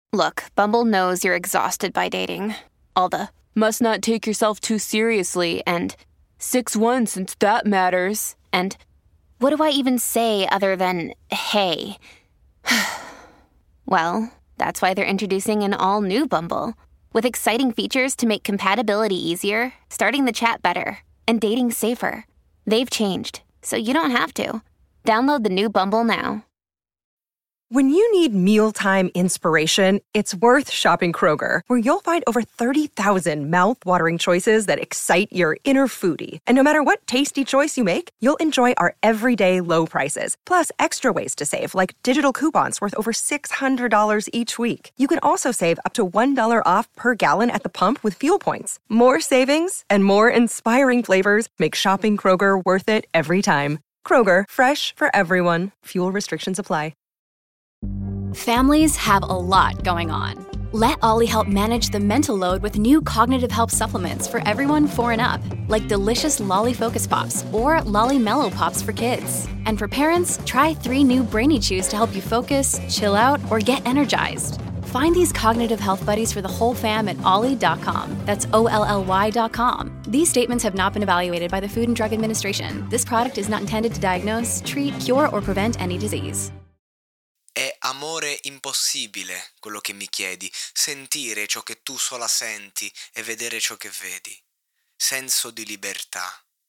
Look, Bumble knows you're exhausted by dating. All the must not take yourself too seriously and 6'1" since that matters. And what do I even say other than hey? Well, that's why they're introducing an all-new Bumble with exciting features to make compatibility easier, starting the chat better, and dating safer. They've changed, so you don't have to. Download the new Bumble now. When you need mealtime inspiration, it's worth shopping Kroger, where you'll find over 30,000 mouth-watering choices that excite your inner foodie. And no matter what tasty choice you make, you'll enjoy our everyday low prices, plus extra ways to save, like digital coupons worth over $600 each week. You can also save up to $1 off per gallon at the pump with fuel points. More savings and more inspiring flavors make shopping Kroger worth it every time. Kroger, fresh for everyone. Fuel restrictions apply. Families have a lot going on. Let Ollie help manage the mental load with new cognitive help supplements for everyone 4 and up, like delicious Lolly Focus Pops or Lolly Mellow Pops for kids. And for parents, try 3 new Brainy Chews to help you focus, chill out, or get energized. Find these cognitive health buddies for the whole fam at ollie.com. That's OLLY.com. These statements have not been evaluated by the Food and Drug Administration. This product is not intended to diagnose, treat, cure, or prevent any disease. È amore impossibile quello che mi chiedi, sentire ciò che tu sola senti e vedere ciò che vedi. Senso di libertà,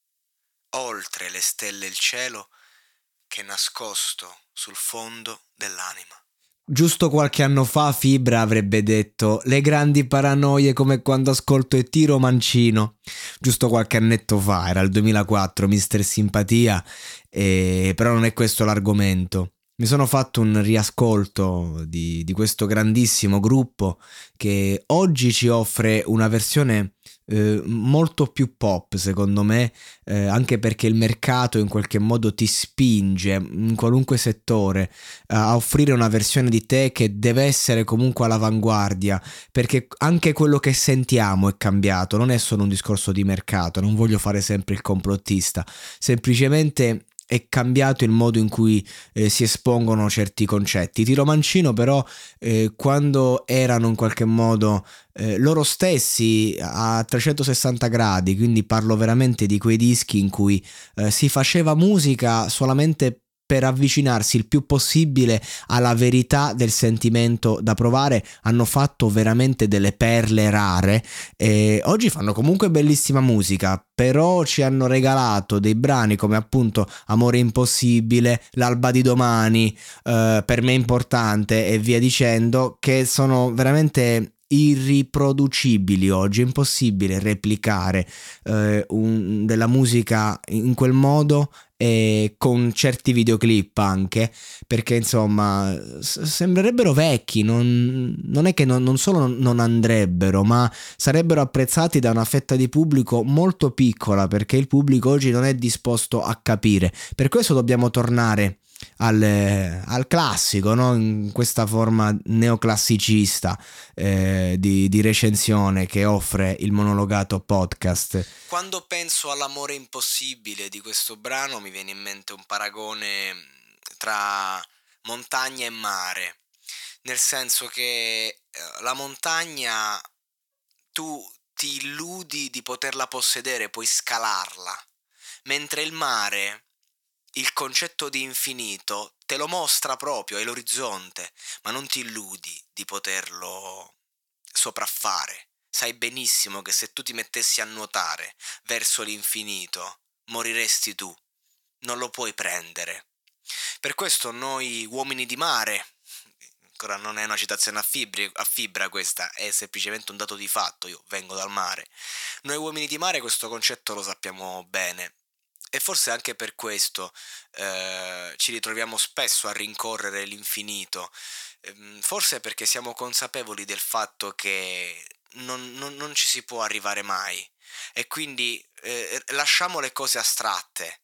oltre le stelle e il cielo, che è nascosto sul fondo dell'anima. Giusto qualche anno fa Fibra avrebbe detto le grandi paranoie come quando ascolto E tiro mancino. Giusto qualche annetto fa, era il 2004, Mister Simpatia, però non è questo l'argomento. Mi sono fatto un riascolto di questo grandissimo gruppo che oggi ci offre una versione molto più pop, secondo me, anche perché il mercato in qualche modo ti spinge in qualunque settore a offrire una versione di te che deve essere comunque all'avanguardia, perché anche quello che sentiamo è cambiato, non è solo un discorso di mercato, non voglio fare sempre il complottista, semplicemente è cambiato il modo in cui si espongono certi concetti. Tiro Mancino però quando erano in qualche modo loro stessi a 360 gradi, quindi parlo veramente di quei dischi in cui si faceva musica solamente per avvicinarsi il più possibile alla verità del sentimento da provare, hanno fatto veramente delle perle rare e oggi fanno comunque bellissima musica, però ci hanno regalato dei brani come appunto Amore Impossibile, L'alba di domani, per me importante e via dicendo, che sono veramente irriproducibili oggi. È impossibile replicare della musica in quel modo e con certi videoclip, anche perché insomma sembrerebbero vecchi, non è che non solo non andrebbero, ma sarebbero apprezzati da una fetta di pubblico molto piccola, perché il pubblico oggi non è disposto a capire. Per questo dobbiamo tornare al classico, no? In questa forma neoclassicista di recensione che offre il Monologato Podcast. Quando penso all'amore impossibile di questo brano mi viene in mente un paragone tra montagna e mare, nel senso che la montagna tu ti illudi di poterla possedere, puoi scalarla, mentre il mare, il concetto di infinito, te lo mostra proprio, è l'orizzonte, ma non ti illudi di poterlo sopraffare. Sai benissimo che se tu ti mettessi a nuotare verso l'infinito, moriresti tu, non lo puoi prendere. Per questo noi uomini di mare, ancora non è una citazione a Fibra questa, è semplicemente un dato di fatto, io vengo dal mare, noi uomini di mare questo concetto lo sappiamo bene. E forse anche per questo ci ritroviamo spesso a rincorrere l'infinito, forse perché siamo consapevoli del fatto che non ci si può arrivare mai e quindi lasciamo le cose astratte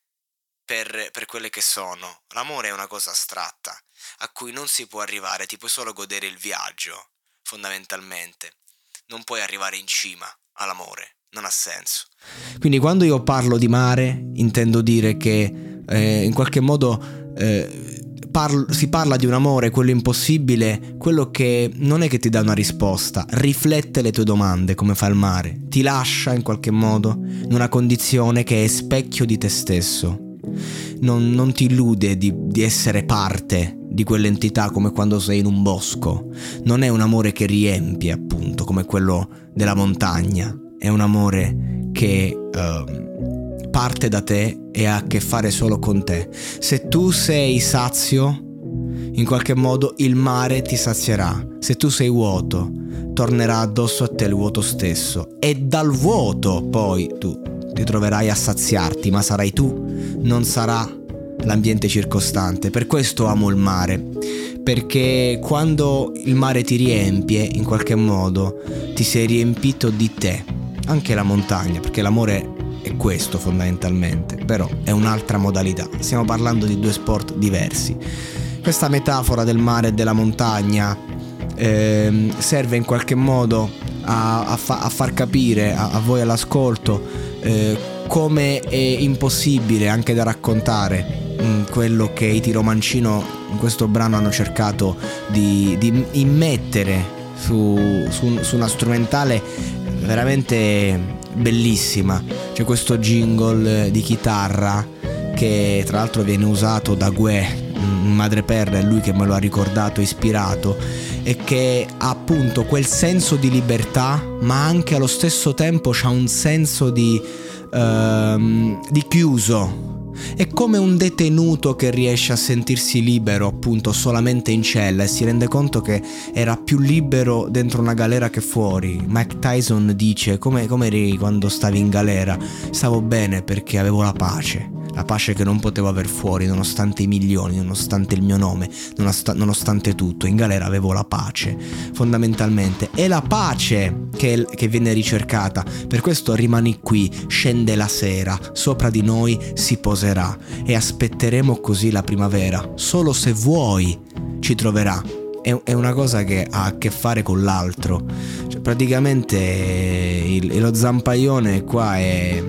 per quelle che sono. L'amore è una cosa astratta a cui non si può arrivare, ti puoi solo godere il viaggio, fondamentalmente. Non puoi arrivare in cima all'amore. Non ha senso. Quindi quando io parlo di mare intendo dire che in qualche modo si parla di un amore, quello impossibile, quello che non è che ti dà una risposta, riflette le tue domande come fa il mare, ti lascia in qualche modo in una condizione che è specchio di te stesso. Non ti illude di essere parte di quell'entità come quando sei in un bosco. Non è un amore che riempie, appunto, come quello della montagna. È un amore che parte da te e ha a che fare solo con te. Se tu sei sazio, in qualche modo il mare ti sazierà. Se tu sei vuoto, tornerà addosso a te il vuoto stesso. E dal vuoto poi tu ti troverai a saziarti, ma sarai tu, non sarà l'ambiente circostante. Per questo amo il mare, perché quando il mare ti riempie, in qualche modo ti sei riempito di te. Anche la montagna, perché l'amore è questo fondamentalmente, però è un'altra modalità. Stiamo parlando di due sport diversi. Questa metafora del mare e della montagna serve in qualche modo a far capire a voi all'ascolto come è impossibile anche da raccontare quello che i Tiro Mancino in questo brano hanno cercato di immettere su una strumentale veramente bellissima. C'è questo jingle di chitarra che tra l'altro viene usato da Guè in Madreperla, è lui che me lo ha ricordato, ispirato, e che ha appunto quel senso di libertà, ma anche allo stesso tempo c'ha un senso di chiuso. È come un detenuto che riesce a sentirsi libero appunto solamente in cella e si rende conto che era più libero dentro una galera che fuori. Mike Tyson dice: come eri quando stavi in galera? Stavo bene perché avevo la pace che non potevo aver fuori, nonostante i milioni, nonostante il mio nome, nonostante tutto. In galera avevo la pace, fondamentalmente. È la pace che viene ricercata. Per questo rimani qui, scende la sera, sopra di noi si poserà e aspetteremo così la primavera. Solo se vuoi ci troverà. È una cosa che ha a che fare con l'altro. Cioè, praticamente lo zampaione qua è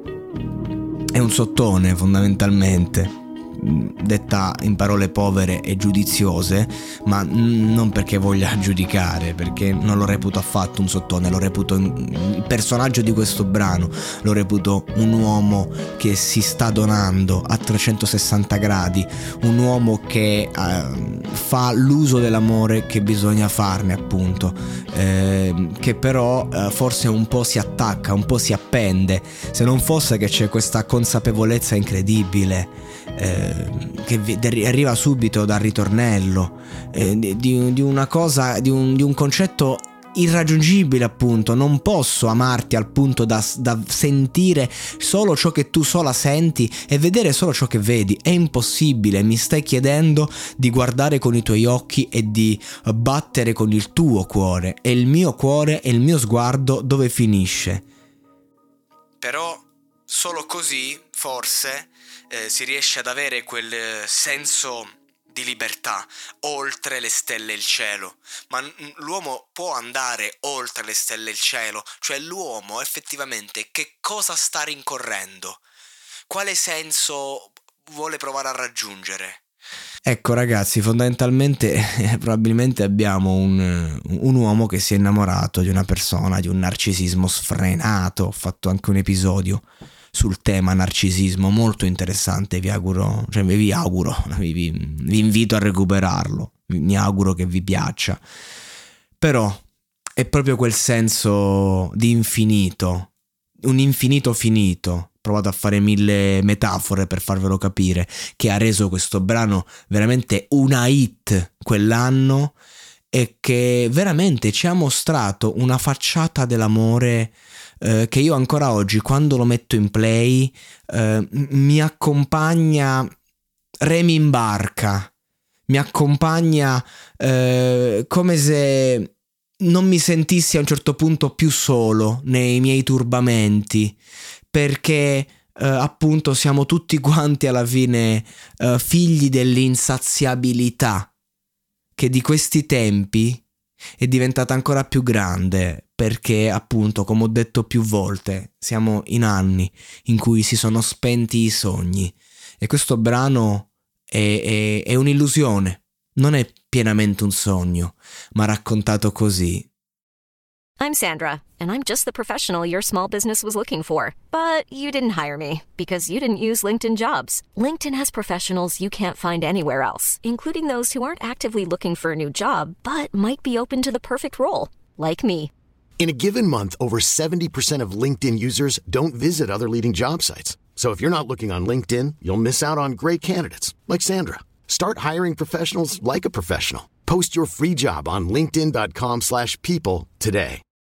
un sottone fondamentalmente, detta in parole povere e giudiziose, ma non perché voglia giudicare, perché non lo reputo affatto un sottone, lo reputo il personaggio di questo brano, lo reputo un uomo che si sta donando a 360 gradi, un uomo che fa l'uso dell'amore che bisogna farne appunto, che però forse un po' si attacca, un po' si appende, se non fosse che c'è questa consapevolezza incredibile che arriva subito dal ritornello, di una cosa, di un concetto irraggiungibile appunto. Non posso amarti al punto da sentire solo ciò che tu sola senti e vedere solo ciò che vedi. È impossibile. Mi stai chiedendo di guardare con i tuoi occhi e di battere con il tuo cuore, e il mio cuore e il mio sguardo dove finisce? Però solo così forse si riesce ad avere quel senso di libertà oltre le stelle e il cielo. Ma l'uomo può andare oltre le stelle e il cielo? Cioè l'uomo effettivamente che cosa sta rincorrendo? Quale senso vuole provare a raggiungere? Ecco ragazzi, fondamentalmente probabilmente abbiamo un uomo che si è innamorato di una persona, di un narcisismo sfrenato. Ho fatto anche un episodio sul tema narcisismo molto interessante, vi invito a recuperarlo, mi auguro che vi piaccia. Però è proprio quel senso di infinito, un infinito finito, ho provato a fare 1000 metafore per farvelo capire, che ha reso questo brano veramente una hit quell'anno e che veramente ci ha mostrato una facciata dell'amore che io ancora oggi, quando lo metto in play, mi accompagna, remi in barca, mi accompagna come se non mi sentissi a un certo punto più solo nei miei turbamenti, perché appunto siamo tutti quanti alla fine figli dell'insaziabilità che di questi tempi è diventata ancora più grande, perché appunto, come ho detto più volte, siamo in anni in cui si sono spenti i sogni, e questo brano è un'illusione, non è pienamente un sogno, ma raccontato così. I'm Sandra, and I'm just the professional your small business was looking for. But you didn't hire me because you didn't use LinkedIn Jobs. LinkedIn has professionals you can't find anywhere else, including those who aren't actively looking for a new job, but might be open to the perfect role, like me. In a given month, over 70% of LinkedIn users don't visit other leading job sites. So if you're not looking on LinkedIn, you'll miss out on great candidates like Sandra. Start hiring professionals like a professional. Post your free job on linkedin.com/people today.